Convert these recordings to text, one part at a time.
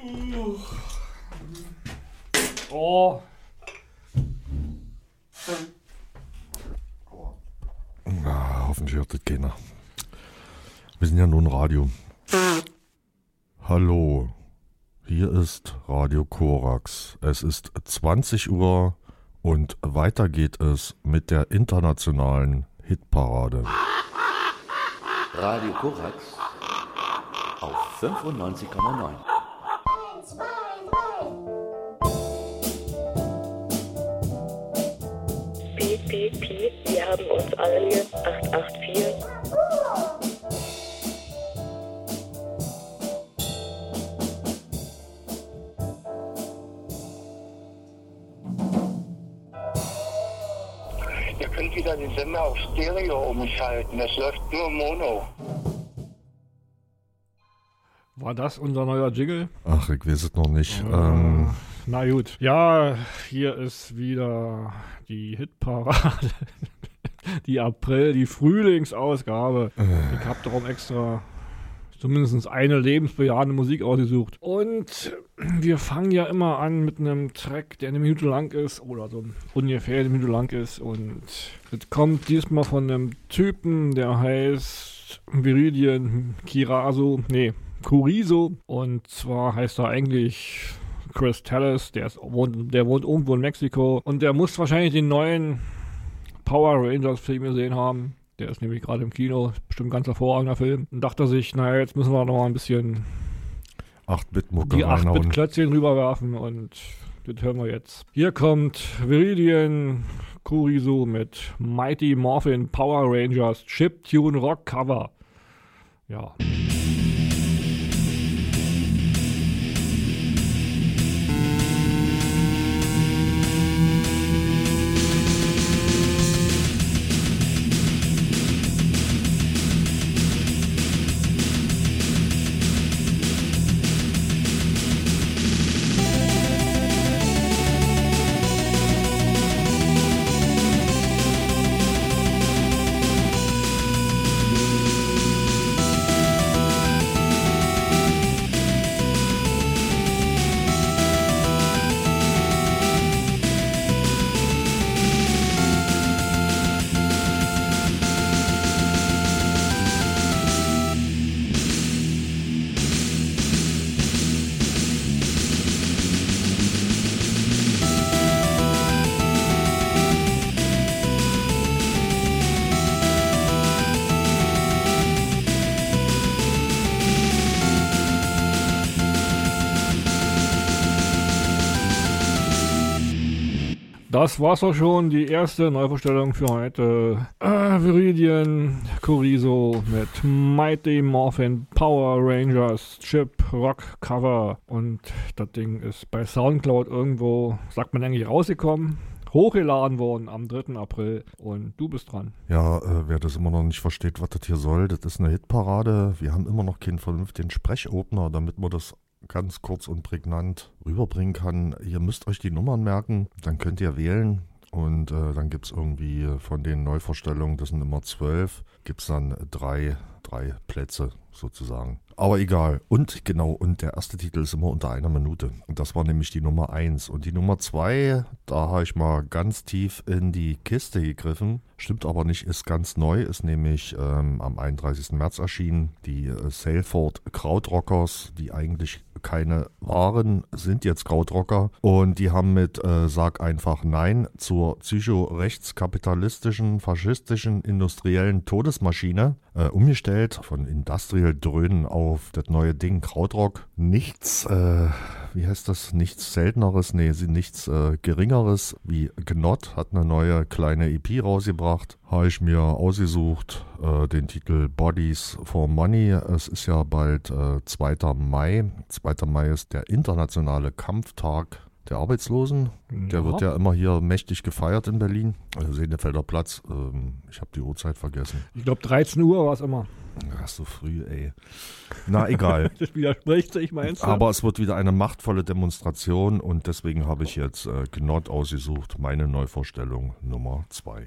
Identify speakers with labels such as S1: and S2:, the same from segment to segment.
S1: Oh.
S2: Na, hoffentlich hört das keiner. Wir sind ja nur ein Radio. Hallo, hier ist Radio Korax. Es ist 20 Uhr und weiter geht es mit der internationalen Hitparade.
S3: Radio Korax auf 95,9.
S4: 1, 2, 3.
S5: Piep, piep, piep, wir haben uns alle lieb. 884.
S6: Ihr könnt wieder den Sender auf Stereo umschalten. Das läuft nur Mono.
S1: War das unser neuer Jingle?
S2: Ach, ich weiß es noch nicht.
S1: Na gut. Ja, hier ist wieder die Hitparade. Die die Frühlingsausgabe. Ich habe darum extra zumindest eine lebensbejahende Musik ausgesucht. Und wir fangen ja immer an mit einem Track, der eine Minute lang ist oder so ungefähr eine Minute lang ist. Und das kommt diesmal von einem Typen, der heißt Viridian Kuriso. Und zwar heißt er eigentlich Chris Tallis. Der wohnt irgendwo in Mexiko. Und der muss wahrscheinlich den neuen Power Rangers Film gesehen haben. Der ist nämlich gerade im Kino, ist bestimmt ein ganz hervorragender Film. Und dachte sich, naja, jetzt müssen wir noch mal ein bisschen
S2: 8-Bit-Mucke
S1: die
S2: reinhauen.
S1: 8-Bit-Klötzchen rüberwerfen und das hören wir jetzt. Hier kommt Viridian Kuriso mit Mighty Morphin Power Rangers Chiptune Rock Cover. Ja. Das war's auch schon, die erste Neuvorstellung für heute. Viridian Kuriso mit Mighty Morphin Power Rangers Chip Rock Cover. Und das Ding ist bei Soundcloud irgendwo, sagt man eigentlich, rausgekommen. Hochgeladen worden am 3. April. Und du bist dran.
S2: Ja, wer das immer noch nicht versteht, was das hier soll, das ist eine Hitparade. Wir haben immer noch keinen vernünftigen Sprechopener, damit man das ganz kurz und prägnant rüberbringen kann. Ihr müsst euch die Nummern merken, dann könnt ihr wählen und dann gibt es irgendwie von den Neuvorstellungen, das sind immer 12, gibt es dann drei Plätze sozusagen. Aber egal. Und genau, und der erste Titel ist immer unter einer Minute. Und das war nämlich die Nummer 1. Und die Nummer 2, da habe ich mal ganz tief in die Kiste gegriffen. Stimmt aber nicht, ist ganz neu, ist nämlich am 31. März erschienen. Die Salford Krautrockers, die eigentlich keine waren, sind jetzt Krautrocker. Und die haben mit Sag einfach Nein zur psychorechtskapitalistischen, faschistischen, industriellen Todesmaschine umgestellt. Von Industrial Dröhnen auf das neue Ding Krautrock. Nichts, wie heißt das? Nichts Selteneres, nichts Geringeres wie Gnott hat eine neue kleine EP rausgebracht. Habe ich mir ausgesucht, den Titel Bodies for Money. Es ist ja bald 2. Mai. 2. Mai ist der internationale Kampftag der Arbeitslosen. Ja. Der wird ja immer hier mächtig gefeiert in Berlin. Also Senefelder Platz. Ich habe die Uhrzeit vergessen.
S1: Ich glaube 13 Uhr war es immer.
S2: Ach, so früh, ey. Na, egal.
S1: Das widerspricht sich, meinst du?
S2: Aber es wird wieder eine machtvolle Demonstration und deswegen habe ich jetzt Gnott ausgesucht. Meine Neuvorstellung Nummer 2.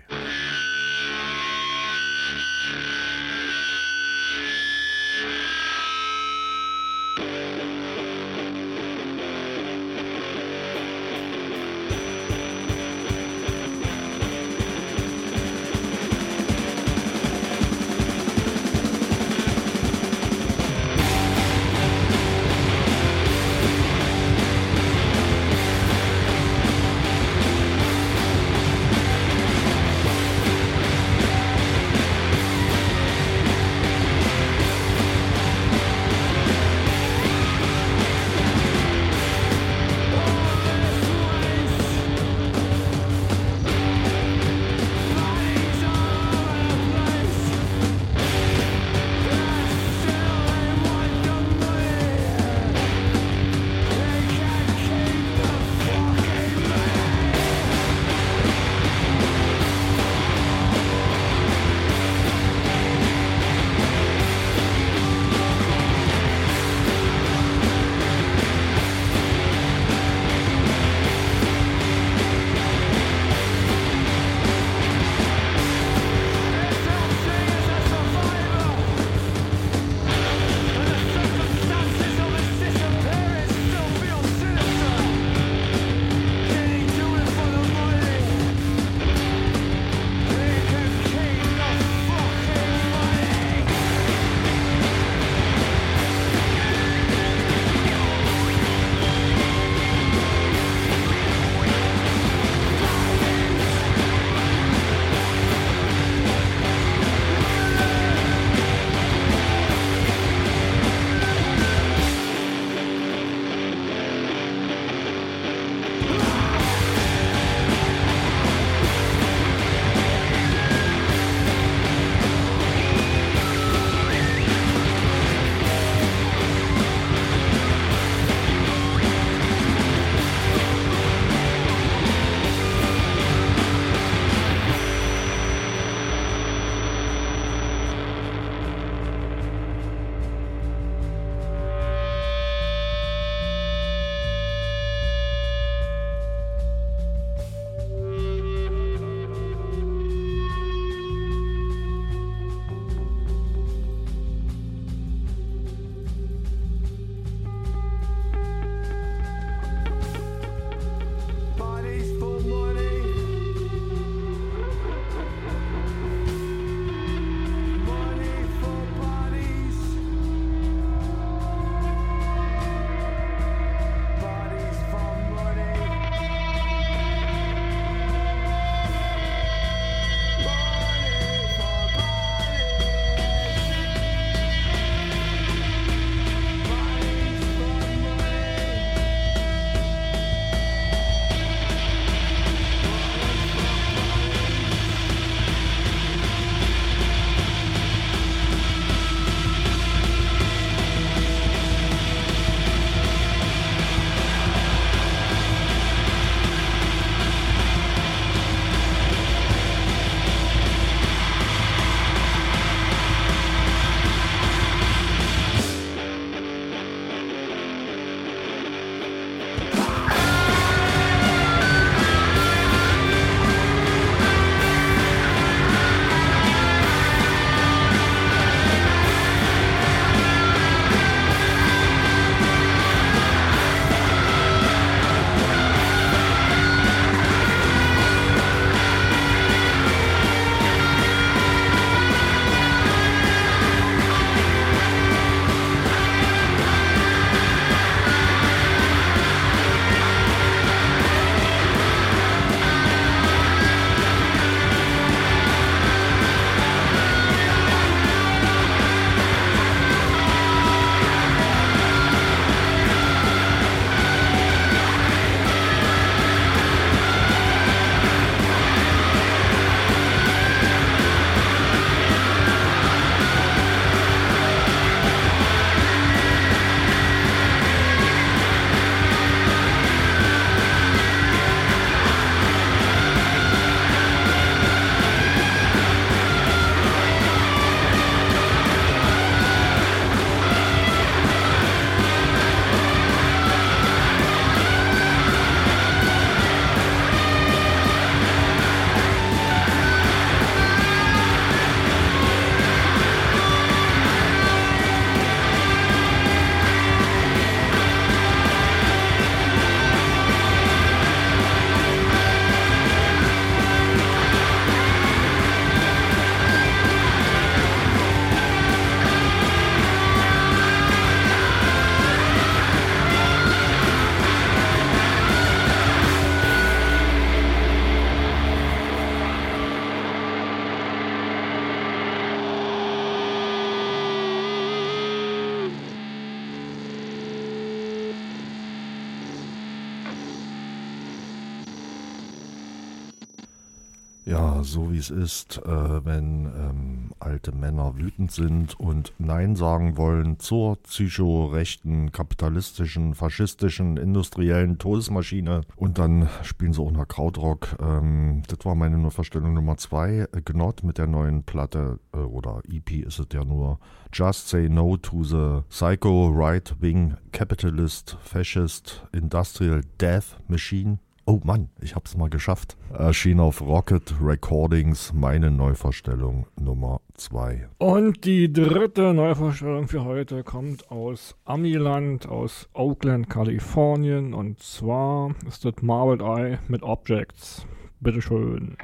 S2: Ja, so wie es ist, wenn alte Männer wütend sind und Nein sagen wollen zur psychorechten, kapitalistischen, faschistischen, industriellen Todesmaschine. Und dann spielen sie auch noch Krautrock. Das war meine Neuvorstellung Nummer 2. Gnod mit der neuen Platte, oder EP ist es ja nur. Just Say No to the Psycho Right-Wing Capitalist Fascist Industrial Death Machine. Oh Mann, ich hab's mal geschafft. Erschien auf Rocket Recordings, meine Neuvorstellung Nummer 2.
S1: Und die dritte Neuvorstellung für heute kommt aus Amiland, aus Oakland, Kalifornien. Und zwar ist das Marbled Eye mit Objects. Bitteschön.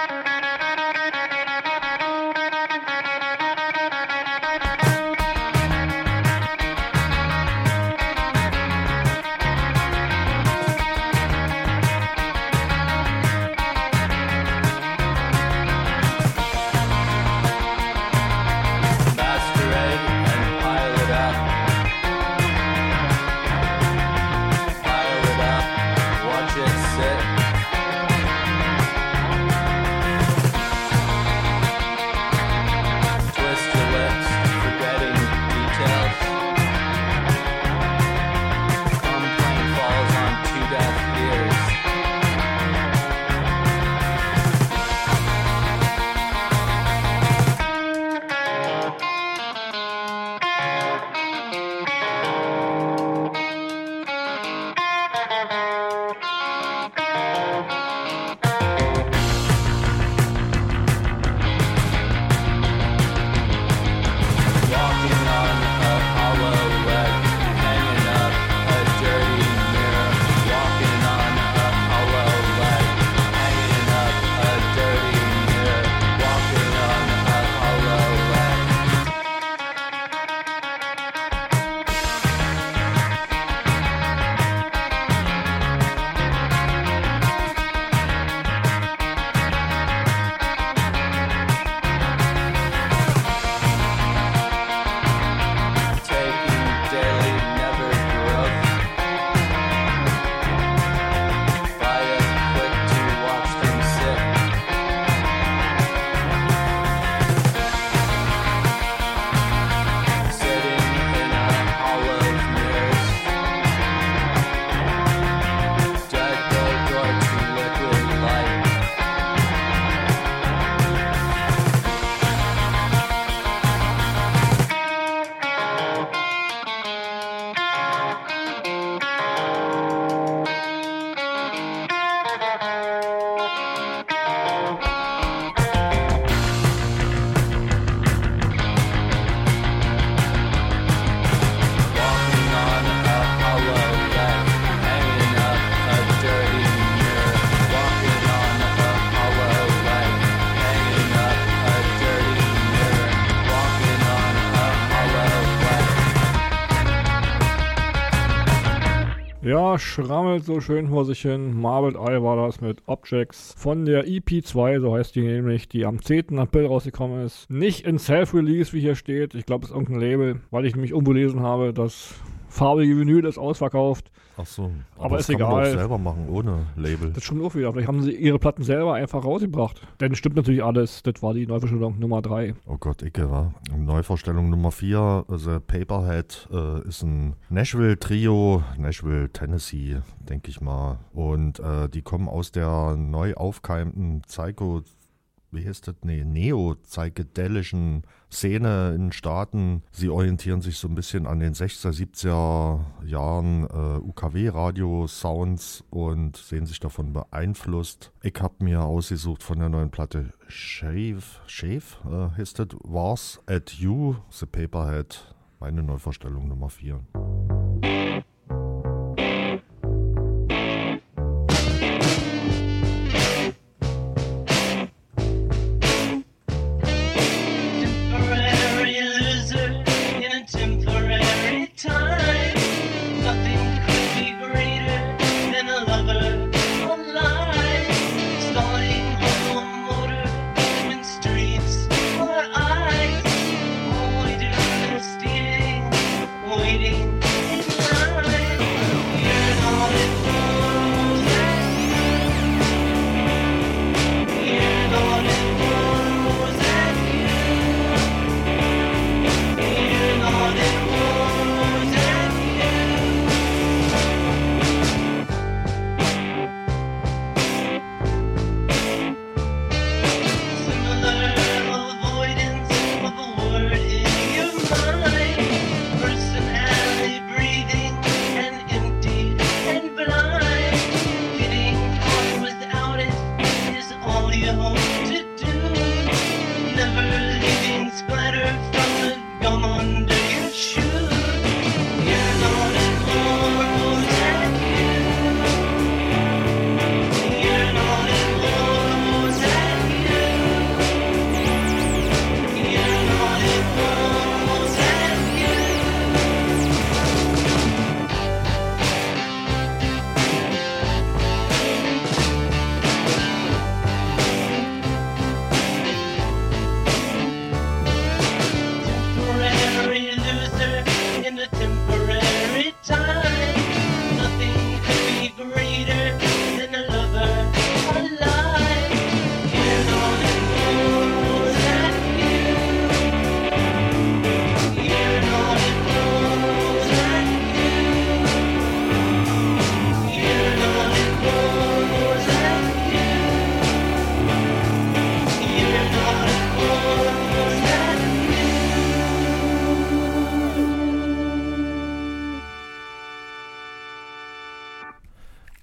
S1: Ja, schrammelt so schön vor sich hin. Marbled Eye war das mit Objects von der EP2, so heißt die nämlich, die am 10. April rausgekommen ist. Nicht in Self-Release, wie hier steht. Ich glaube, es ist irgendein Label, weil ich nämlich umgelesen habe, das farbige Vinyl ist ausverkauft.
S2: Ach so,
S1: aber ist
S2: das kann man
S1: egal.
S2: auch selber machen, ohne Label.
S1: Das stimmt auch wieder. Vielleicht haben sie ihre Platten selber einfach rausgebracht. Denn stimmt natürlich alles. Das war die Neuvorstellung Nummer 3.
S2: Oh Gott, Icke, wa? Neuvorstellung Nummer 4, The Paperhead, ist ein Nashville-Trio, Nashville, Tennessee, denke ich mal. Und die kommen aus der neu aufkeimenden neo-psychedelischen Szene in den Staaten. Sie orientieren sich so ein bisschen an den 60er, 70er Jahren UKW-Radio-Sounds und sehen sich davon beeinflusst. Ich habe mir ausgesucht von der neuen Platte Shave heißt das, Wars at You, The Paperhead, meine Neuvorstellung Nummer 4.
S7: Waiting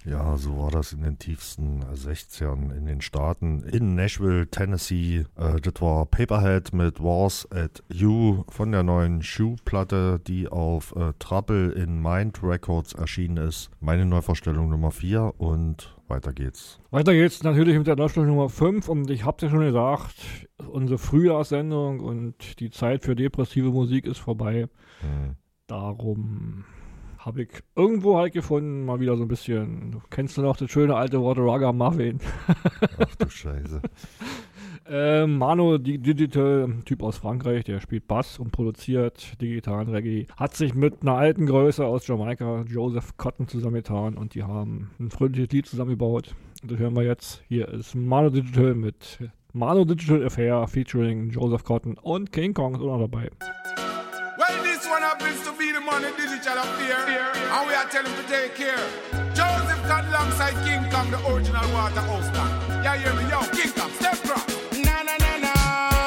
S2: Ja, so war das in den tiefsten 60ern in den Staaten. In Nashville, Tennessee. Das war Paperhead mit Wars at You von der neuen Shoe-Platte, die auf Trouble in Mind Records erschienen ist. Meine Neuvorstellung Nummer 4 und weiter geht's.
S1: Weiter geht's natürlich mit der Neuvorstellung Nummer 5 und ich hab's ja schon gesagt, unsere Frühjahrssendung und die Zeit für depressive Musik ist vorbei. Darum habe ich irgendwo halt gefunden, mal wieder so ein bisschen, du kennst du noch das schöne alte Wort Ragamuffin?
S2: Ach du Scheiße.
S1: Mano Digital, ein Typ aus Frankreich, der spielt Bass und produziert digitalen Reggae, hat sich mit einer alten Größe aus Jamaika, Joseph Cotton, zusammengetan und die haben ein fröhliches Lied zusammengebaut. Und das hören wir jetzt. Hier ist Mano Digital mit Mano Digital Affair featuring Joseph Cotton und King Kong ist auch noch dabei.
S7: Well, this one happens to be the Mano Digital Affair, and we are telling to take care. Joseph Cotton alongside King Kong, the original Waterhouse man. Yeah, hear me, yo, King Kong, step up. Na na na na.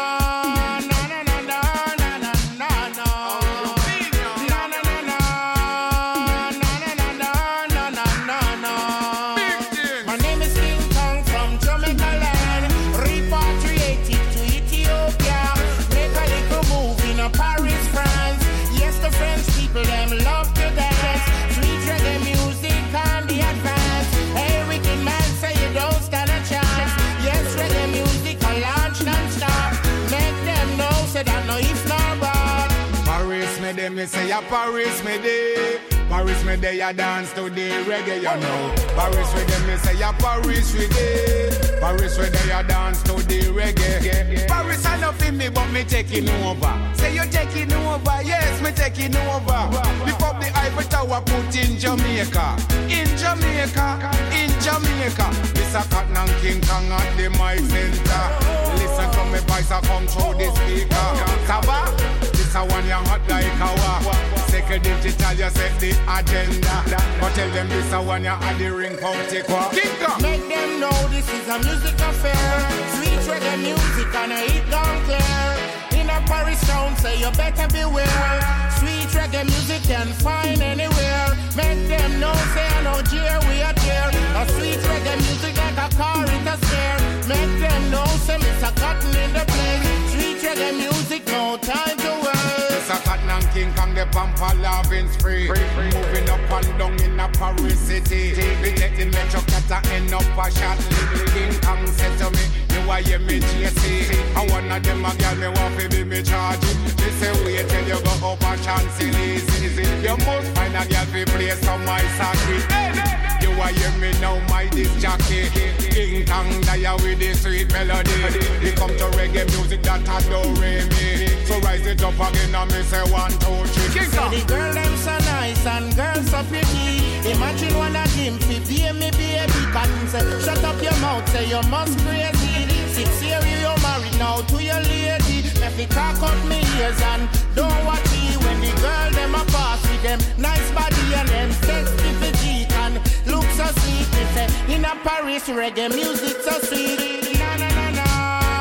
S7: Me say a Paris me day, Paris me day, I dance to the reggae, you know. Paris with them, me say a Paris we day, Paris with day, I dance to the reggae. Paris I love me, but me taking over. Say you taking over, yes, me taking over. Lift up the Eiffel Tower, put in Jamaica, in Jamaica, in Jamaica. This a Cotton and King Kong at the mic center. Listen to me voice, I come through the speaker. Saba. This a one you hot like a wah. Second digital, you set the agenda. But tell them this a one you had the ring county qua. Make them know this is a music affair. Sweet reggae music and a hit down clear. In a Paris town, say you better beware. Sweet reggae music can find anywhere. Make them know, say I know cheer, we are here. A sweet reggae music like a car in the stair. Make them know, say Mr. Cotton in the place. Sweet reggae music, no time to waste. Mr. Cotton and King Kong, the pampa loving spree. Moving up and down in a Paris city. We take the metro cat and end up a shot. King Kong said to me, you are your me JC. And one of them a girl me want to be me charging. They say wait till you go up a Champs-Élysées. You must find a girl to play some my socket. You are hear me now, my disc jockey. King Kong die with the sweet melody. We come to reggae music that adore me. So rise it up again and me say 1, 2, 3. King Kong. The girl them so nice and girls so pretty. Imagine one of them 50 me baby. Cotton say shut up your mouth, say you must crazy. 6 years you married now to your lady. If you cock up me ears and don't watch me when the girl them a pass with them nice body and them sexy physique and look so sweet. They say in a Paris reggae music so sweet. Na na na na.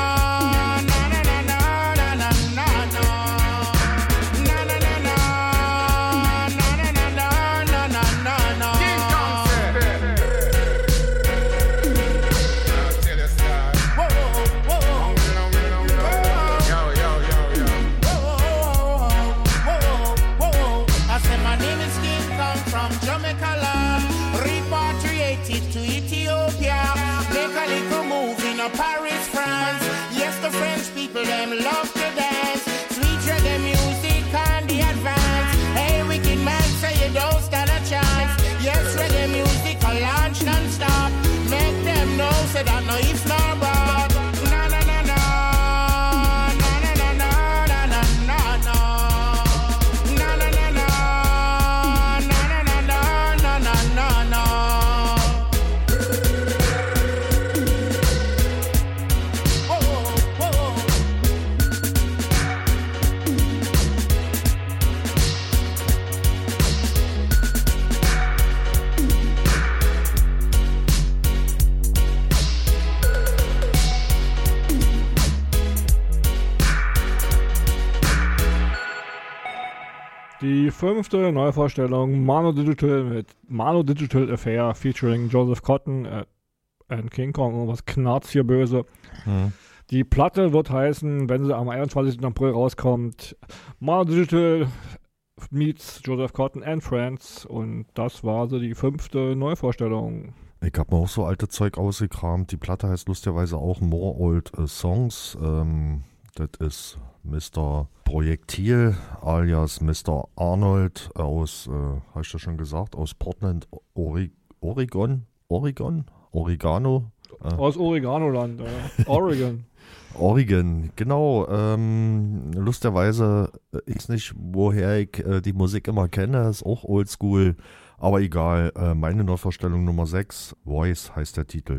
S7: Paris, France. Yes, the French people, them love to dance. Sweet reggae music and the advance. Hey, wicked man, say you don't stand a chance. Yes, reggae music, a launch non-stop. Make them know, say that no if nor but. Na na na na. Na na na na. Na na na na. Na na na na. Na na na na. Na na na na.
S1: 5. Neuvorstellung Mano Digital mit Mano Digital Affair featuring Joseph Cotton and King Kong. Irgendwas knarzt hier böse. Die Platte wird heißen, wenn sie am 21. April rauskommt, Mano Digital meets Joseph Cotton and Friends. Und das war so die 5. Neuvorstellung.
S2: Ich habe mir auch so alte Zeug ausgekramt. Die Platte heißt lustigerweise auch More Old Songs. Das ist Mr. Projektil alias Mr. Arnold aus, habe ich das schon gesagt, aus Portland, Oregano?
S1: Aus Oreganoland, Oregon.
S2: Oregon, genau. Lustigerweise, ich weiß nicht, woher ich die Musik immer kenne, ist auch oldschool, aber egal. Meine Neuvorstellung Nummer 6, Voice heißt der Titel.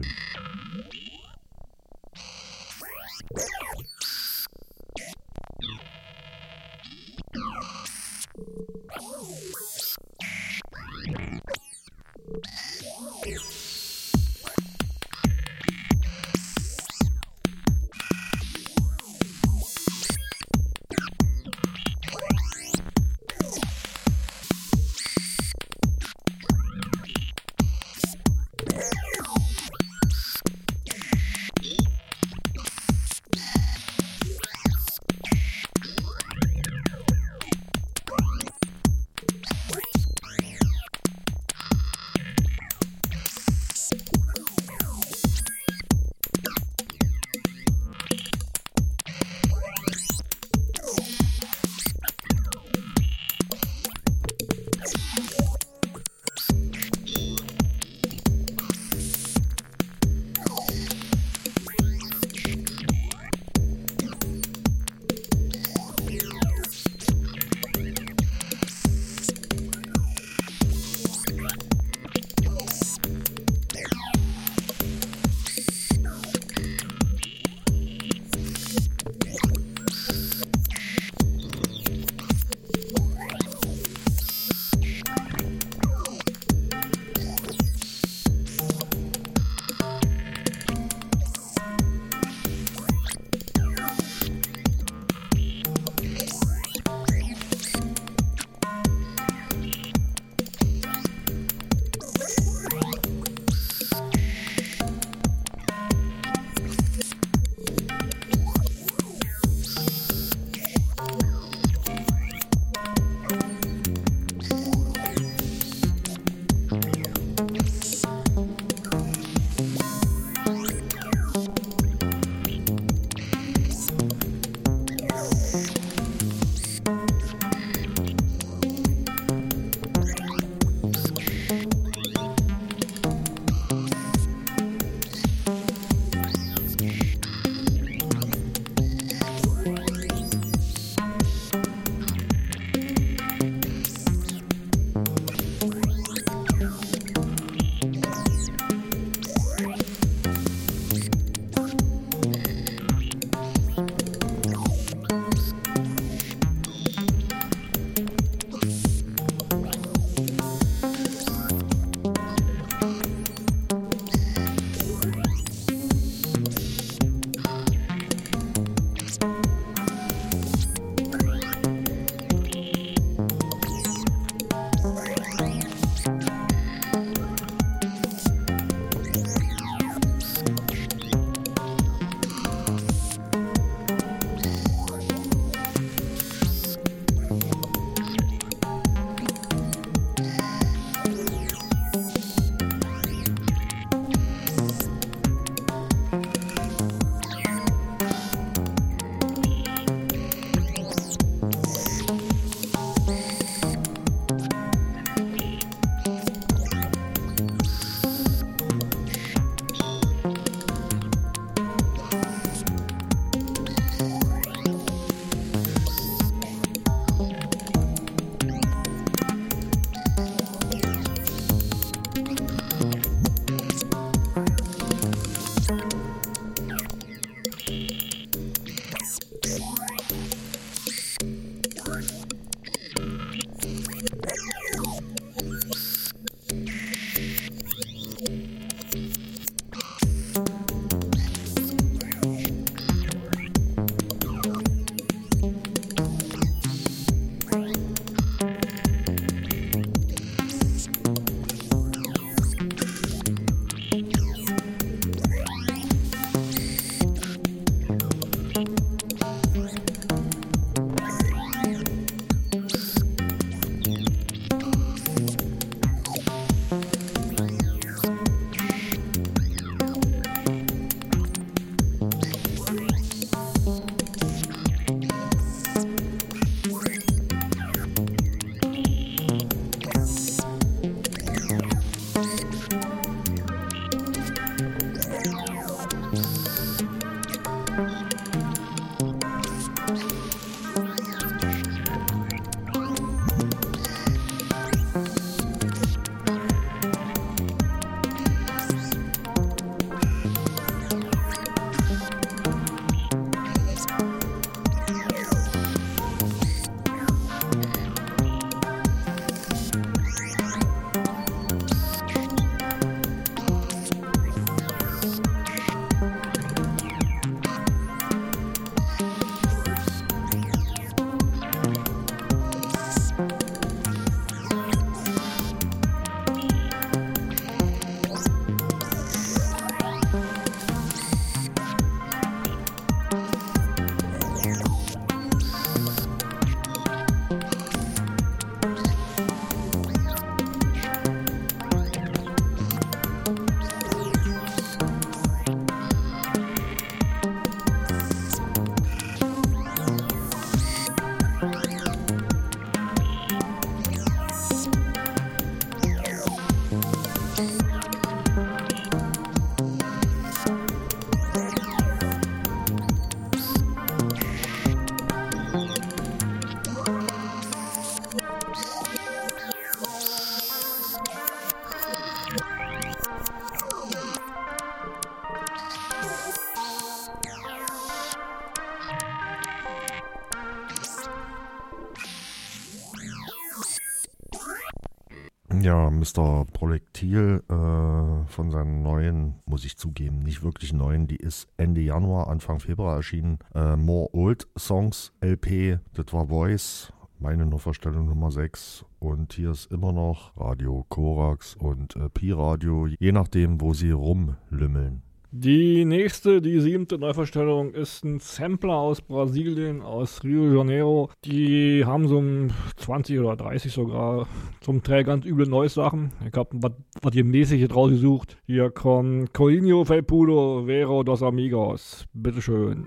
S2: Ja, Mr. Projektil von seinen neuen, muss ich zugeben, nicht wirklich neuen, die ist Ende Januar, Anfang Februar erschienen. More Old Songs LP, das war Voice, meine Neuverstellung Nummer 6. Und hier ist immer noch Radio Korax und Pi-Radio, je nachdem, wo sie rumlümmeln.
S1: Die nächste, die 7. Neuverstellung, ist ein Sampler aus Brasilien, aus Rio de Janeiro. Die haben so 20 oder 30 sogar zum Teil ganz üble Neues-Sachen. Ich habe was ihr mäßig rausgesucht. Hier kommt Colinho Felpudo, Vero dos Amigos. Bitteschön.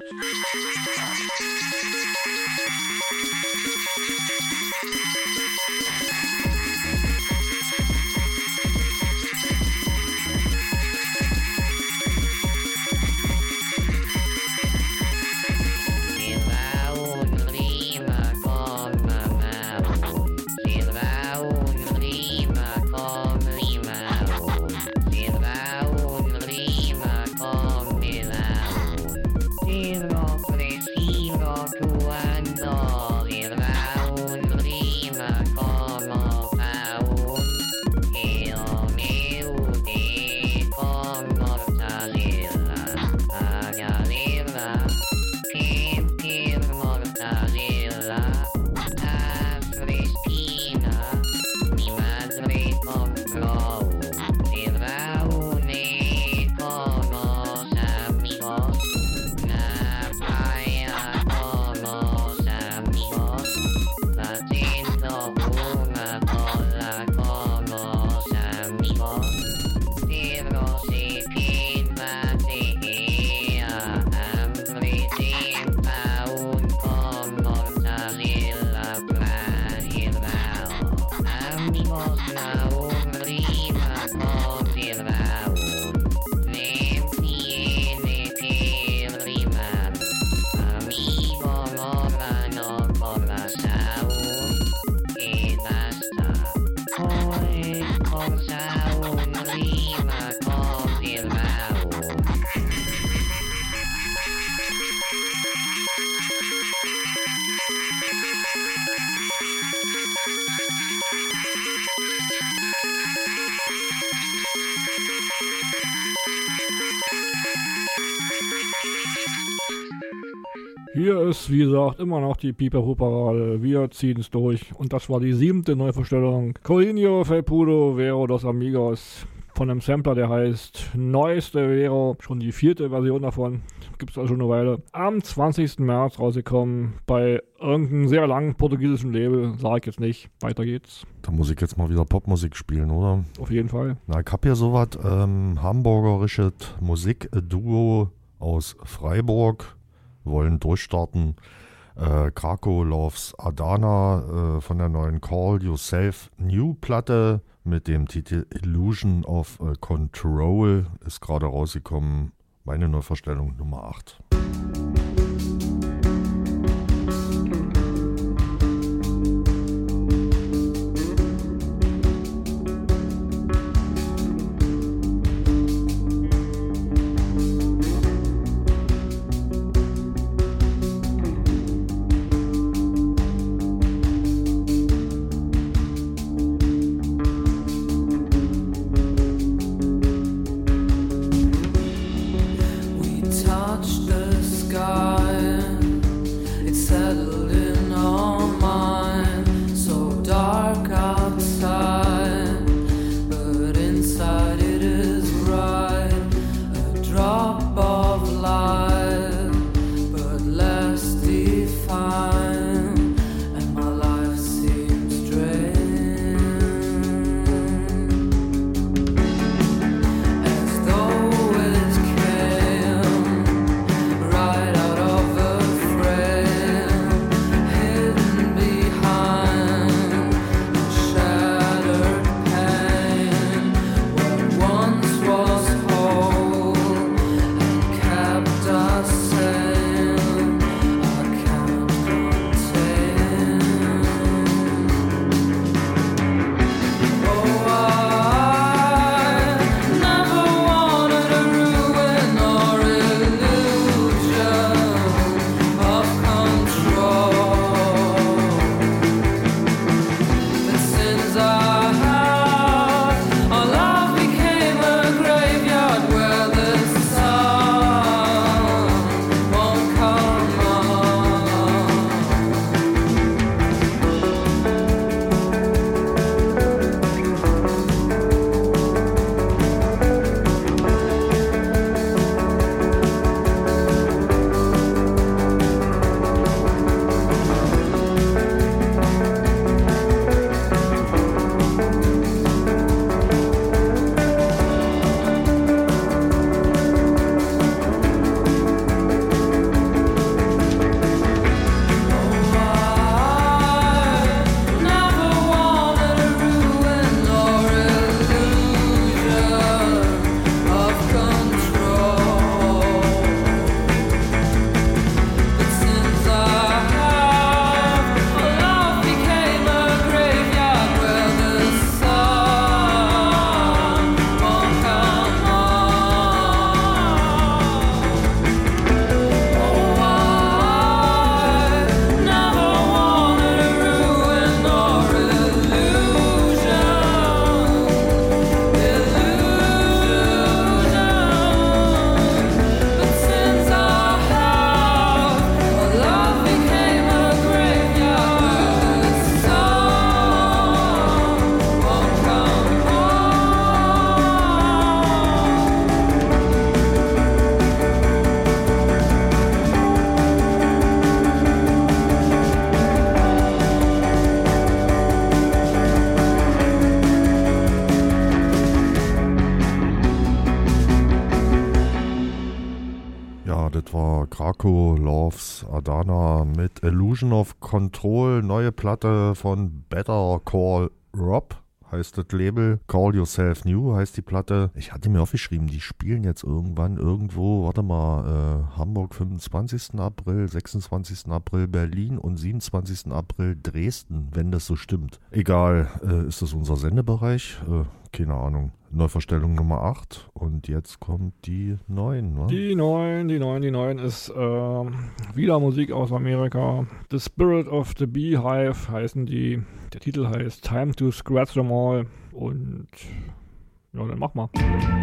S1: Hier ist, wie gesagt, immer noch die Piper-Parade. Wir ziehen es durch. Und das war die 7. Neuverstellung. Colinho Felpudo, Vero dos Amigos. Von einem Sampler, der heißt Neueste Vero. Schon die 4. Version davon. Gibt es also schon eine Weile. Am 20. März rausgekommen. Bei irgendeinem sehr langen portugiesischen Label. Sag ich jetzt nicht. Weiter geht's.
S2: Da muss ich jetzt mal wieder Popmusik spielen, oder?
S1: Auf jeden Fall.
S2: Na, ich hab hier sowas. Hamburgerisches Musikduo aus Freiburg. Wollen durchstarten. Krakow Loves Adana von der neuen Call Yourself New Platte mit dem Titel Illusion of Control ist gerade rausgekommen. Meine Neuverstellung Nummer 8.
S8: Touch the sky.
S2: Krakow Loves Adana mit Illusion of Control, neue Platte von Better Call Rob. Heißt das Label. Call Yourself New heißt die Platte. Ich hatte mir aufgeschrieben, die spielen jetzt irgendwann irgendwo, warte mal, Hamburg 25. April, 26. April Berlin und 27. April Dresden, wenn das so stimmt. Egal, ist das unser Sendebereich? Keine Ahnung. Neuverstellung Nummer 8 und jetzt kommt die 9, ne?
S1: Die 9 ist wieder Musik aus Amerika. The Spirit of the Beehive heißen die. Der Titel heißt Time to Scratch Them All und ja, dann mach mal.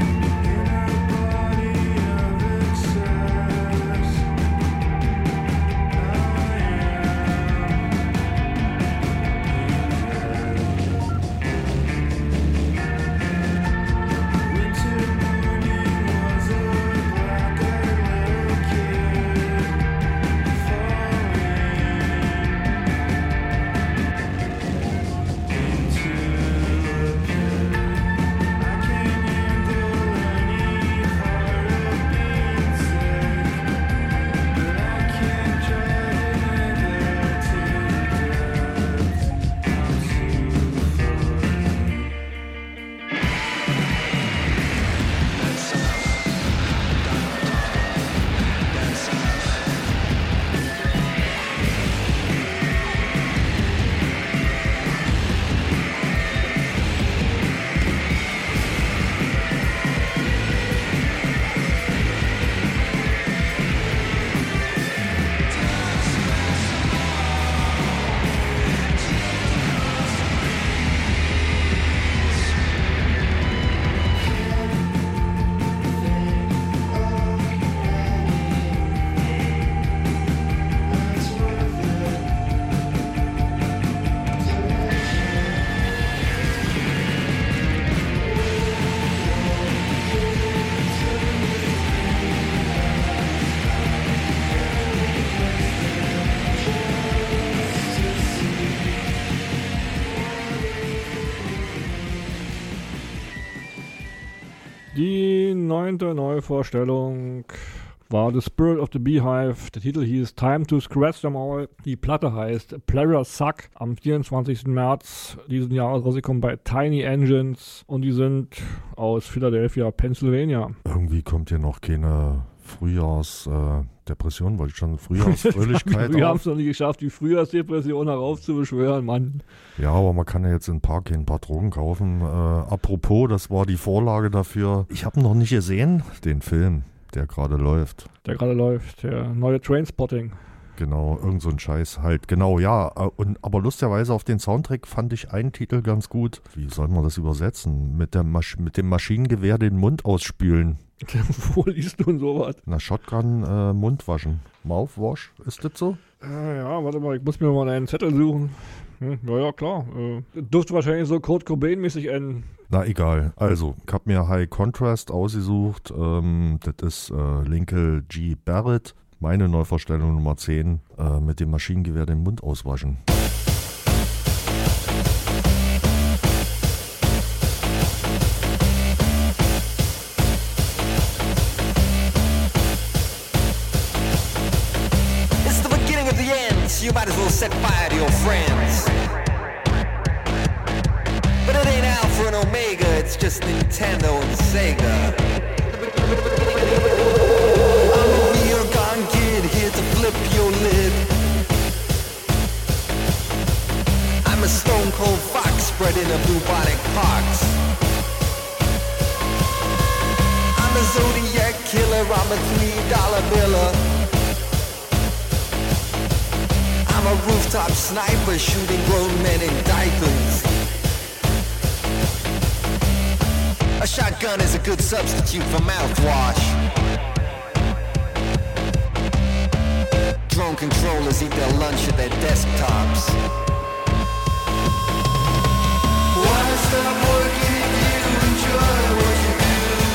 S1: Die 9. Neuvorstellung war The Spirit of the Beehive. Der Titel hieß Time to Scratch Them All. Die Platte heißt Pleasure Suck. Am 24. März diesen Jahres rausgekommen bei Tiny Engines und die sind aus Philadelphia, Pennsylvania.
S2: Irgendwie kommt hier noch keine Frühjahrsdepression, wollte ich schon, Frühjahrsfröhlichkeit.
S1: Wir haben es noch nicht geschafft, die Frühjahrsdepression heraufzubeschwören, Mann.
S2: Ja, aber man kann ja jetzt in Park ein paar Drogen kaufen. Apropos, das war die Vorlage dafür. Ich habe noch nicht gesehen, den Film, der gerade läuft.
S1: Der neue Trainspotting.
S2: Genau, irgend so ein Scheiß halt. Genau, ja. Aber lustigerweise auf den Soundtrack fand ich einen Titel ganz gut. Wie soll man das übersetzen? Mit dem Maschinengewehr den Mund ausspülen.
S1: Wo liest du denn sowas?
S2: Na, Shotgun, Mund waschen. Mouthwash, ist das so?
S1: Ja, warte mal, ich muss mir mal einen Zettel suchen. Ja, klar. Dürfte wahrscheinlich so Kurt Cobain-mäßig enden.
S2: Na, egal. Also, ich habe mir High Contrast ausgesucht. Das ist Lincoln G. Barrett. Meine Neuvorstellung Nummer 10. Mit dem Maschinengewehr den Mund auswaschen.
S8: You might as well set fire to your friends. But it ain't Alpha and Omega, it's just Nintendo and Sega. I'm a real gone kid here to flip your lid. I'm a stone cold fox spreading a bubonic pox. I'm a Zodiac killer, I'm a $3 biller. I'm a rooftop sniper shooting grown men in diapers. A shotgun is a good substitute for mouthwash. Drone controllers eat their lunch at their desktops. Why stop working if you enjoy what you do?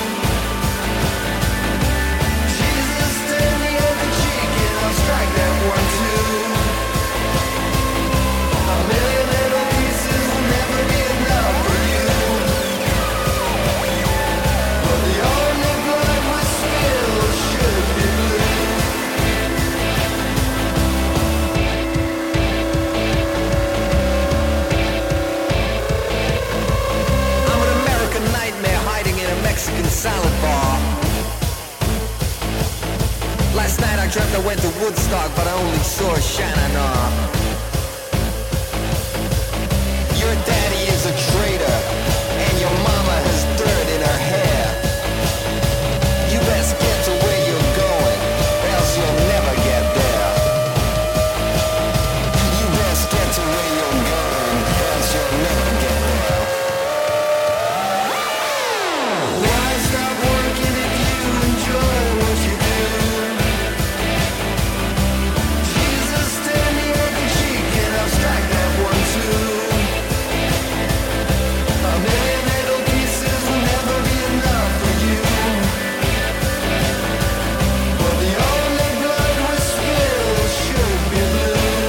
S8: Jesus, stand me up the cheek and I'll strike that one too. dreamt I went to Woodstock, but I only saw Shannon off. Your daddy is a traitor, and your mama has dirt in her hair. You best get to where you're going, else you'll never get there. You best get to where you're going, else you'll never get there. Why stop working if you enjoy what you do? Jesus, stand me up the cheek and I'll strike that one too. A million little pieces will never be enough for you. But the only blood we spill should be blue.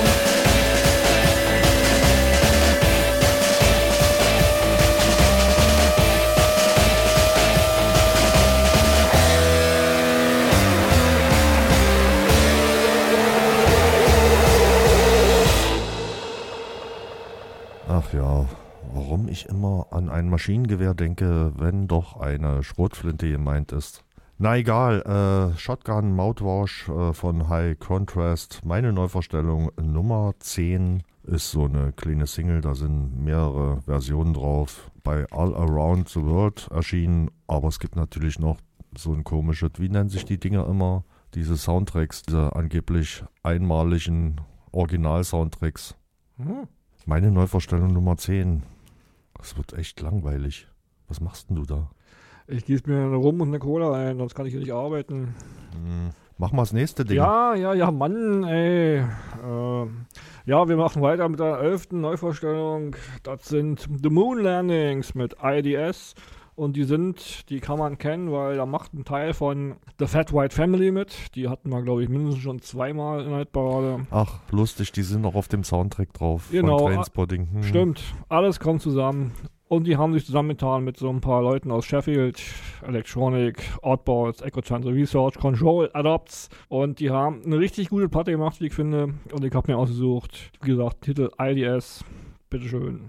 S2: Ach ja, warum ich immer an ein Maschinengewehr denke, wenn doch eine Schrotflinte gemeint ist. Na egal, Shotgun Mouthwash von High Contrast, meine Neuvorstellung Nummer 10 ist so eine kleine Single, da sind mehrere Versionen drauf, bei All Around the World erschienen, aber es gibt natürlich noch so ein komisches, wie nennen sich die Dinger immer, diese Soundtracks, diese angeblich einmaligen Original-Soundtracks. Meine Neuvorstellung Nummer 10. Das wird echt langweilig. Was machst denn du da?
S1: Ich gieße mir eine Rum und eine Cola ein, sonst kann ich hier nicht arbeiten.
S2: Mach mal das nächste Ding.
S1: Ja, Mann, ey. Ja, wir machen weiter mit der 11. Neuvorstellung. Das sind The Moon Landings mit IDS. Und die kann man kennen, weil da macht ein Teil von The Fat White Family mit. Die hatten wir, glaube ich, mindestens schon zweimal in der Hitparade.
S2: Ach, lustig, die sind noch auf dem Soundtrack drauf.
S1: Genau,
S2: von Trainspotting.
S1: Stimmt, alles kommt zusammen. Und die haben sich zusammengetan mit so ein paar Leuten aus Sheffield, Electronic, Oddballs, Echo Chanter Research, Control, Adopts. Und die haben eine richtig gute Platte gemacht, wie ich finde. Und ich habe mir ausgesucht, wie gesagt, Titel IDS. Bitteschön.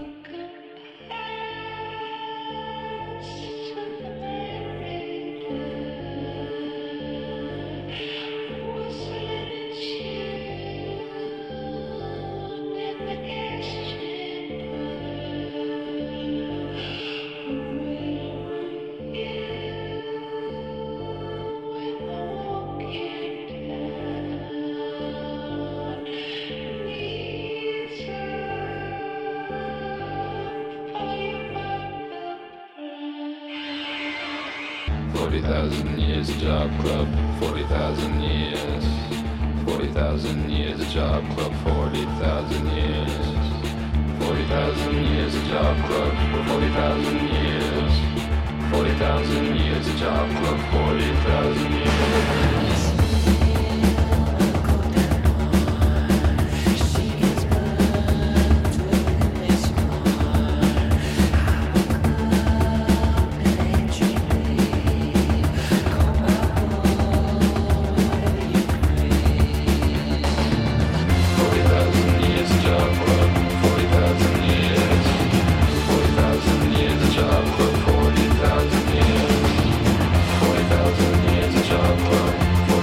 S9: Years a job club, 40,000 years. 40,000 years a job club, 40,000 years. 40,000 years a job club, 40,000 years. 40,000 years a job club, 40,000 years. Job club, 40,000 years a job club.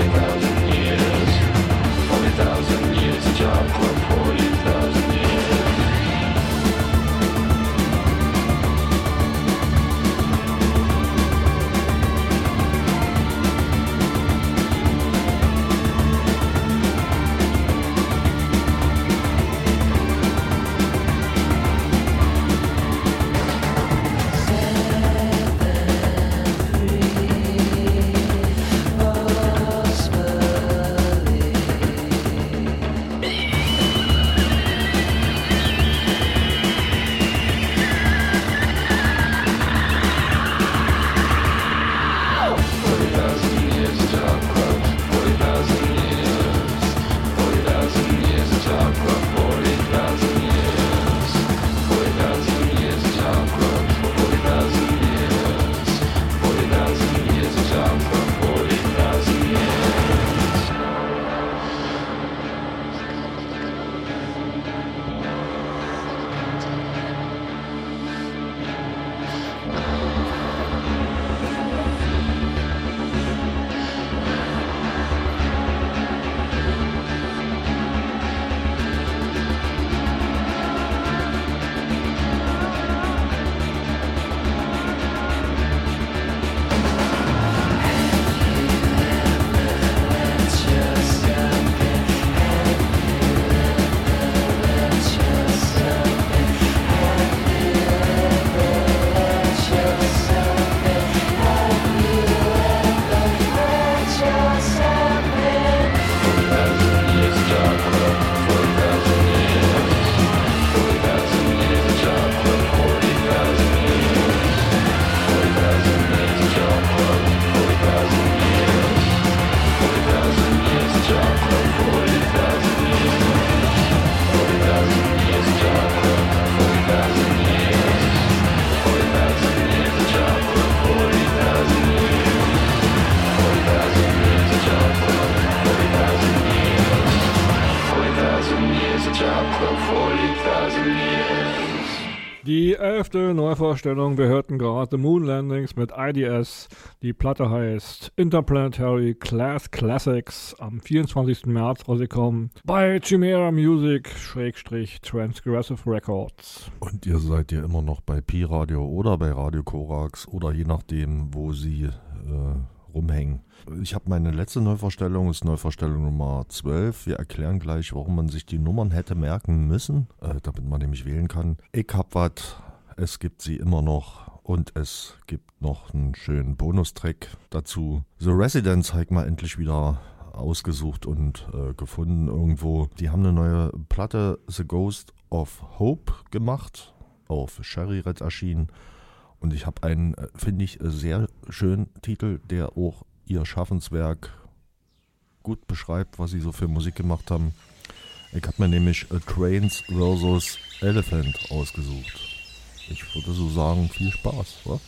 S1: 12. Neuvorstellung. Wir hörten gerade The Moon Landings mit IDS. Die Platte heißt Interplanetary Class Classics, am 24. März rausgekommen bei Chimera Music / Transgressive Records.
S2: Und ihr seid ja immer noch bei Pi-Radio oder bei Radio Korax oder je nachdem, wo sie rumhängen. Ich habe meine letzte Neuvorstellung, ist Neuvorstellung Nummer 12. Wir erklären gleich, warum man sich die Nummern hätte merken müssen, damit man nämlich wählen kann. Ich hab was, es gibt sie immer noch und es gibt noch einen schönen Bonustrack dazu. The Residents habe ich mal endlich wieder ausgesucht und gefunden irgendwo. Die haben eine neue Platte, The Ghost of Hope, gemacht, auf Cherry Red erschienen. Und ich habe einen, finde ich, sehr schönen Titel, der auch ihr Schaffenswerk gut beschreibt, was sie so für Musik gemacht haben. Ich habe mir nämlich Trains vs. Elephant ausgesucht. Ich würde so sagen, viel Spaß, oder?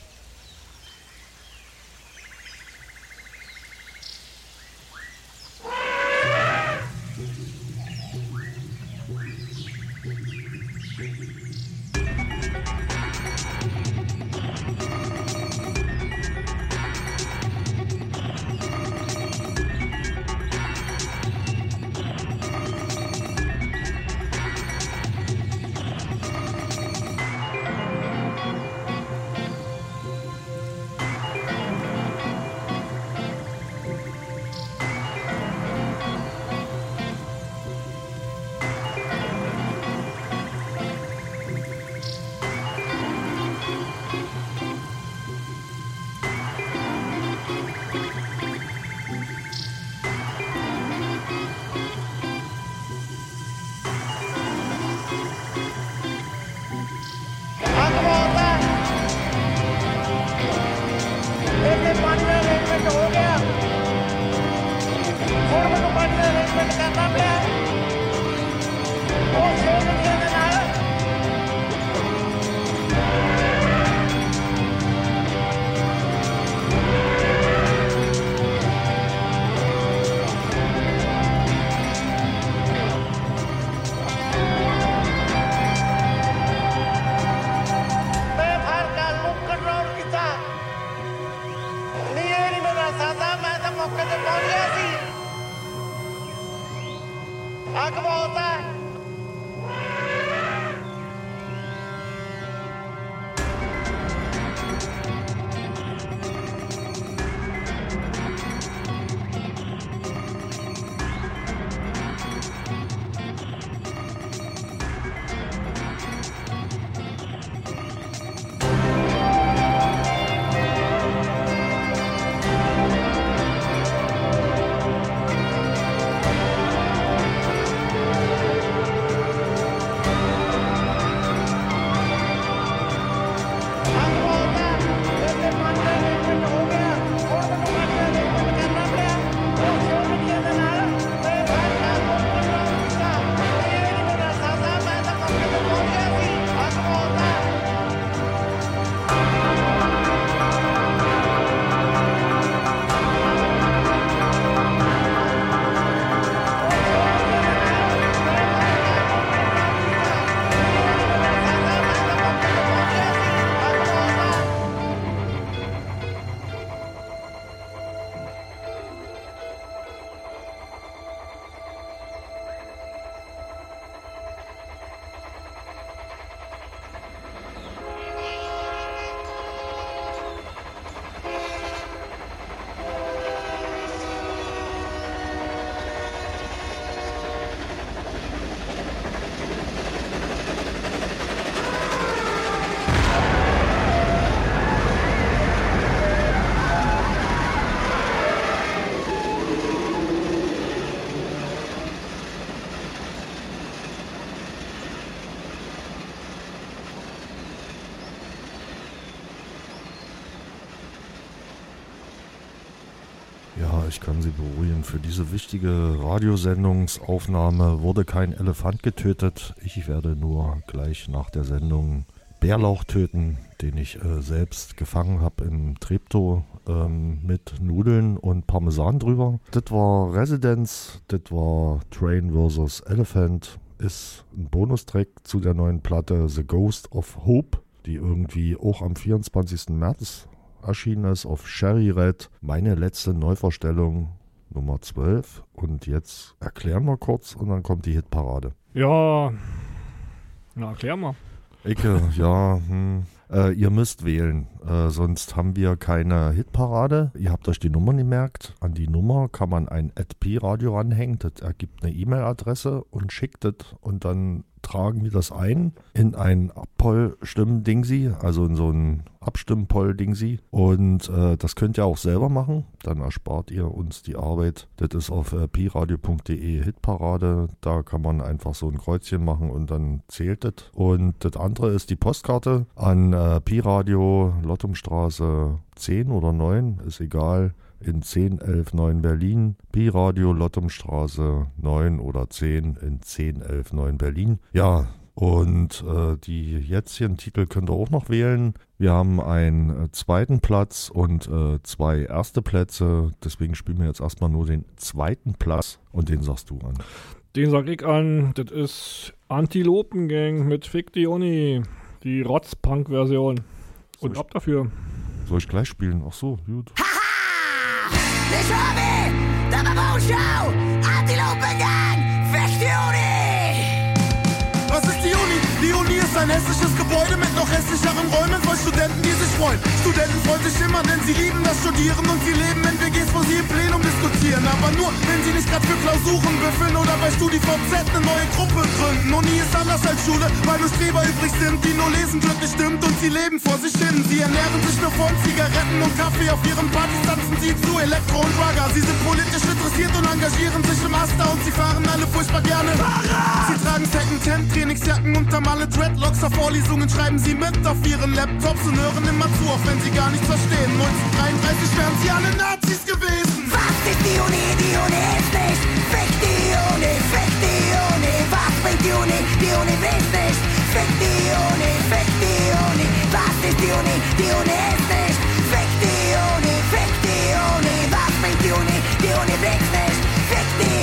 S2: Ja, ich kann Sie beruhigen. Für diese wichtige Radiosendungsaufnahme wurde kein Elefant getötet. Ich werde nur gleich nach der Sendung Bärlauch töten, den ich selbst gefangen habe im Treptow mit Nudeln und Parmesan drüber. Das war Residence, das war Train vs. Elephant, ist ein Bonustrack zu der neuen Platte The Ghost of Hope. die irgendwie auch am 24. März erschienen ist auf Cherry Red. Meine letzte Neuvorstellung, Nummer 12. Und jetzt erklären wir kurz und dann kommt die Hitparade.
S1: Ja, na erklär mal.
S2: Ecke, ja, ihr müsst wählen, sonst haben wir keine Hitparade. Ihr habt euch die Nummer gemerkt. An die Nummer kann man ein @p-radio ranhängen. Das ergibt eine E-Mail-Adresse und schickt das und dann tragen wir das ein in ein Abpoll-Stimmen-Dingsi, also in so ein Abstimmen-Poll-Dingsi. Und das könnt ihr auch selber machen. Dann erspart ihr uns die Arbeit. Das ist auf pi-radio.de Hitparade. Da kann man einfach so ein Kreuzchen machen und dann zählt das. Und das andere ist die Postkarte an Pi-Radio, Lottumstraße 10 oder 9, ist egal. In 10119 Berlin, Pi-Radio, Lottumstraße 9 oder 10 in 10119 Berlin. Ja, und die jetzigen Titel könnt ihr auch noch wählen. Wir haben einen zweiten Platz und 2 erste Plätze. Deswegen spielen wir jetzt erstmal nur den zweiten Platz und den sagst du an.
S1: Den sag ich an, das ist Antilopengang mit Fick die Uni, die Rotz-Punk-Version. Und ab dafür.
S2: Soll ich gleich spielen? Ach so, gut.
S8: Ich habe der Show, Antilopengang, Fick die Uni!
S10: Was ist die Uni? Die Uni ist ein hässliches Gebäude mit noch hässlicheren Räumen voll Studenten, die sich freuen. Studenten freuen sich immer, denn sie lieben das Studieren und sie leben in WGs, wo sie im Plenum diskutieren. Aber nur, wenn sie nicht gerade für Klausuren büffeln oder bei StudiVZ eine neue Gruppe gründen. Uni ist anders als Schule, weil nur Streber übrig sind, die nur lesen glücklich stimmt und sie leben vor sich hin. Sie ernähren sich nur von Zigaretten und Kaffee, auf ihren Partys tanzen sie zu Elektro und Rugger. Sie sind politisch interessiert und engagieren sich im Asta und sie fahren alle furchtbar gerne Fahrrad. Sie tragen Secondhand, Trainingsjacken und alle Dreadlocks auf Vorlesungen schreiben sie mit auf ihren Laptops und hören immer zu, auch wenn sie gar nichts verstehen. 1933 wären sie alle Nazis gewesen.
S8: Was ist die Uni? Die Uni ist nicht. Fick die Uni, fick die Uni. Was bringt die Uni? Die Uni will's nicht. Fick die Uni, fick die Uni. Was ist die Uni? Die Uni ist nicht. Fick die Uni, fick die Uni. Was bringt die Uni? Die Uni will's nicht. Fick die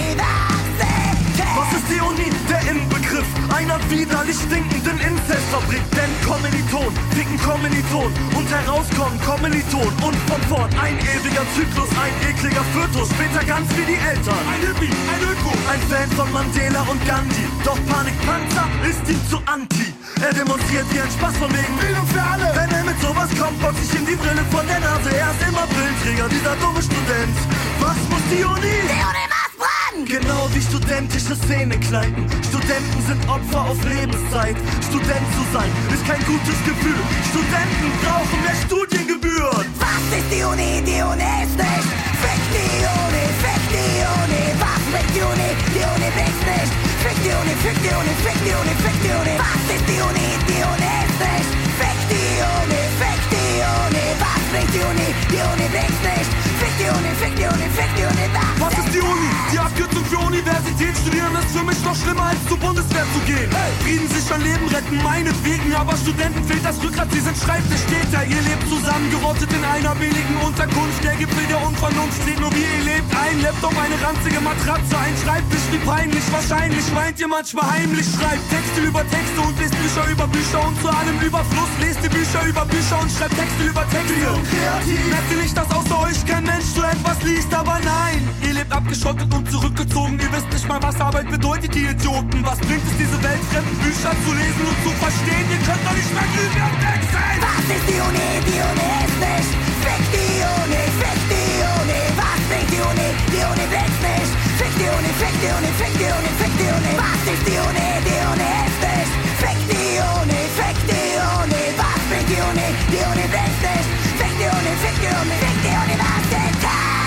S8: Universität.
S10: Was ist die Uni? Der Inbegriff einer widerlich stinkenden Inzestfabrik. Denn Kommiliton, ficken Kommiliton und herauskommen Kommiliton. Und von vorn ein ewiger Zyklus, ein ekliger Fötus. Später ganz wie die Eltern. Ein Hippie, ein Öko, ein Fan von Mandela und Gandhi. Doch Panikpanzer ist ihm zu anti. Er demonstriert wie ein Spaß von wegen Bildung für alle. Wenn er mit sowas kommt, boxt sich in die Brille von der Nase. Er ist immer Brillenträger, dieser dumme Student. Was muss die Uni?
S8: Die Uni muss brennen!
S10: Genau wie studentische Szenekneipen. Studenten sind Opfer auf Lebenszeit. Student zu sein ist kein gutes Gefühl. Studenten brauchen mehr Studiengebühren.
S8: Was ist die Uni? Die Uni ist nicht. Fick die Uni, fick die Uni. Was bringt die Uni? Die Uni will's nicht. Fick die Uni, fick die Uni, fick die Uni, fick die Uni. Was ist die Uni? Die Uni ist nicht. Fick die Uni, fick die Uni. Was bringt die Uni? Die Uni will's nicht. Fick die Uni, fick die Uni, fick die Uni.
S10: Was ist die Uni? Die Abkürzung für Universität studieren ist für mich noch schlimmer als zur Bundeswehr zu gehen. Frieden, sichern, Leben retten, meinetwegen. Aber Studenten fehlt das Rückgrat, sie sind Schreibtischtäter. Ihr lebt zusammengerottet in einer billigen Unterkunft. Der Gipfel der Unvernunft steht nur wie ihr lebt. Ein Laptop, eine ranzige Matratze, ein Schreibtisch, wie peinlich. Wahrscheinlich meint ihr manchmal heimlich. Schreibt Texte über Texte und lest Bücher über Bücher. Und zu allem Überfluss lest ihr Bücher über Bücher und schreibt Texte über Texte. Merkt ihr nicht, dass außer euch kein Mensch so etwas liest? Aber nein, ihr lebt abgeschottet und zurückgezogen. Ihr wisst nicht mal, was Arbeit bedeutet, die Idioten. Was bringt es, diese weltfremden Bücher zu lesen und zu verstehen? Ihr könnt doch nicht mehr glühbirnen wechseln.
S8: Was ist die Uni? Die Uni ist nicht. Fick die Uni, fick die Uni. Was bringt die Uni? Die Uni will's nicht. Fick die Uni, fick die Uni, fick die Uni, fick die Uni. Was ist die Uni? Die Uni ist nicht. Fick die Uni, fick die Uni. Was bringt die Uni? Die Uni will's nicht. Fick die Uni, fick die Uni, fick die Universität.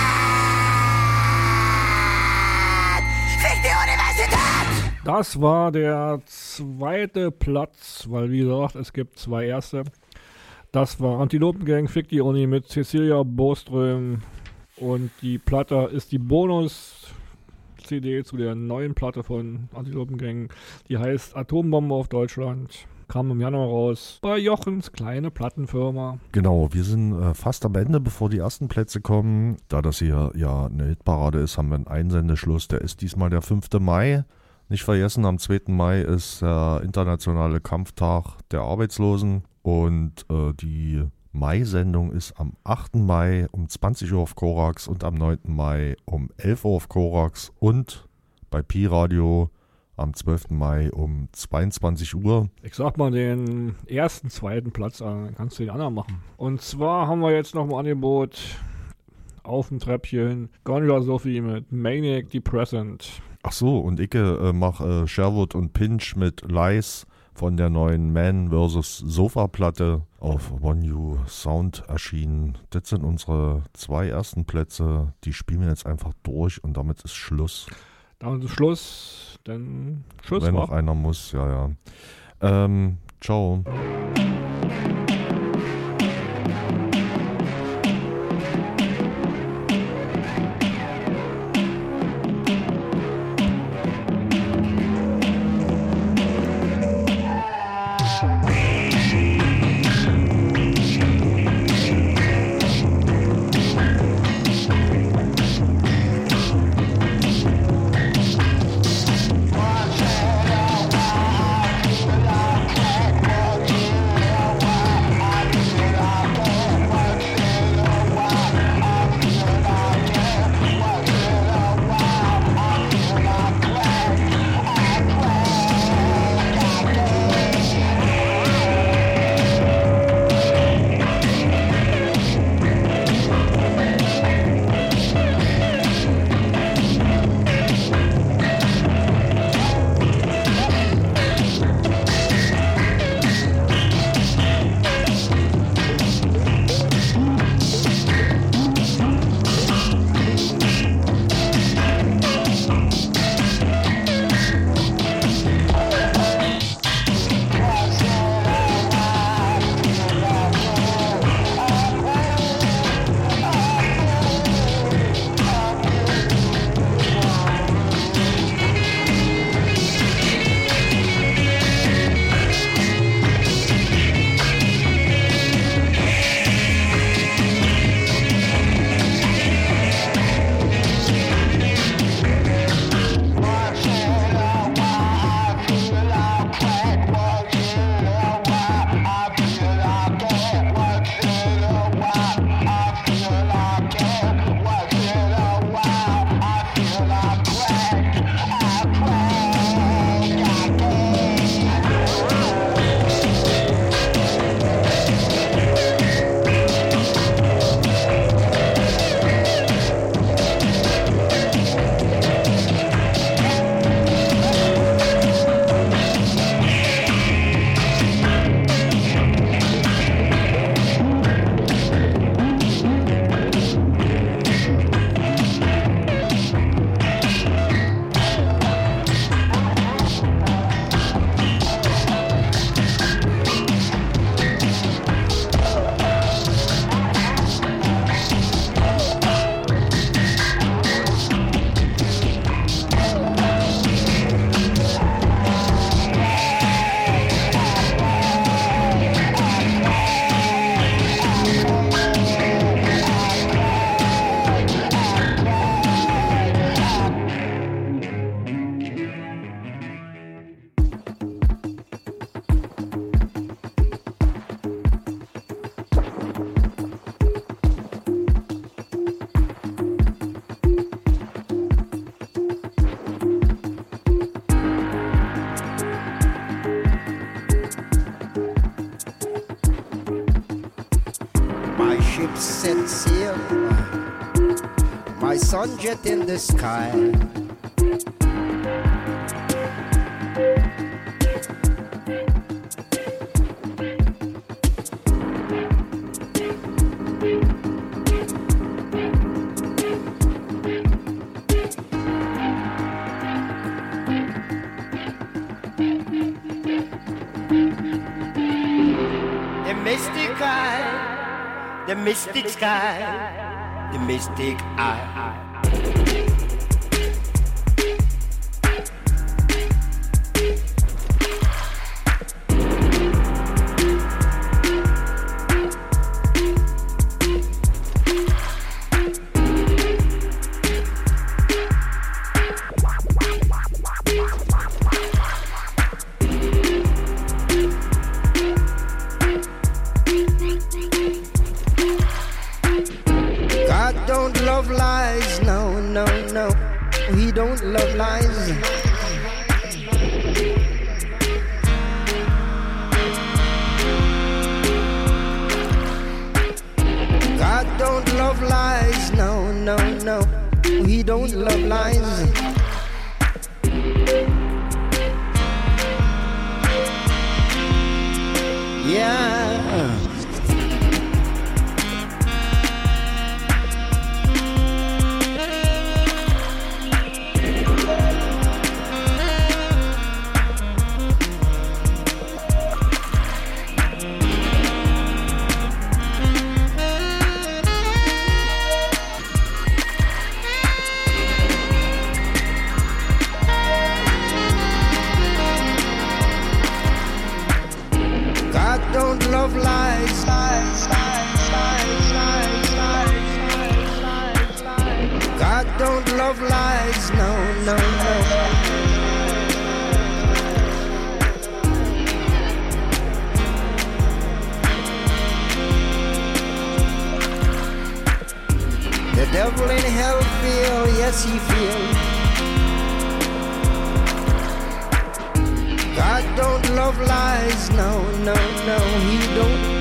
S8: Fick die Universität!
S1: Das war der zweite Platz, weil wie gesagt, es gibt 2 erste. Das war Antilopengang, Fick die Uni mit Cecilia Boström. Und die Platte ist die Bonus-CD zu der neuen Platte von Antilopengang. Die heißt Atombombe auf Deutschland. Kam im Januar raus bei Jochens kleine Plattenfirma.
S2: Genau, wir sind fast am Ende, bevor die ersten Plätze kommen. Da das hier ja eine Hitparade ist, haben wir einen Einsendeschluss. Der ist diesmal der 5. Mai. Nicht vergessen, am 2. Mai ist der internationale Kampftag der Arbeitslosen und die Mai-Sendung ist am 8. Mai um 20 Uhr auf Korax und am 9. Mai um 11 Uhr auf Korax und bei Pi-Radio am 12. Mai um 22 Uhr.
S1: Ich sag mal den ersten, zweiten Platz an, dann kannst du den anderen machen. Und zwar haben wir jetzt noch ein Angebot auf dem Treppchen. Ganja Sophie mit Manic Depressant.
S2: Ach so, und ich mache Sherwood und Pinch mit Lies von der neuen Man vs. Sofa-Platte auf One You Sound erschienen. Das sind unsere 2 ersten Plätze. Die spielen wir jetzt einfach durch und damit ist Schluss.
S1: Damit ist Schluss, dann Tschüss.
S2: Wenn noch einer muss, ja. Ciao.
S11: ship set sail, my sun jet in the sky. The mystic sky, the mystic eye. don't love lies, no, no, no. He don't love lies. God don't love lies, no, no, no. He don't love lies. Yeah. Love lies, lies, lies, lies, lies, lies, lies, lies. God don't love lies, no, no, no. The devil in hell feel, yes he feel. God don't love lies, no, no, no, he don't.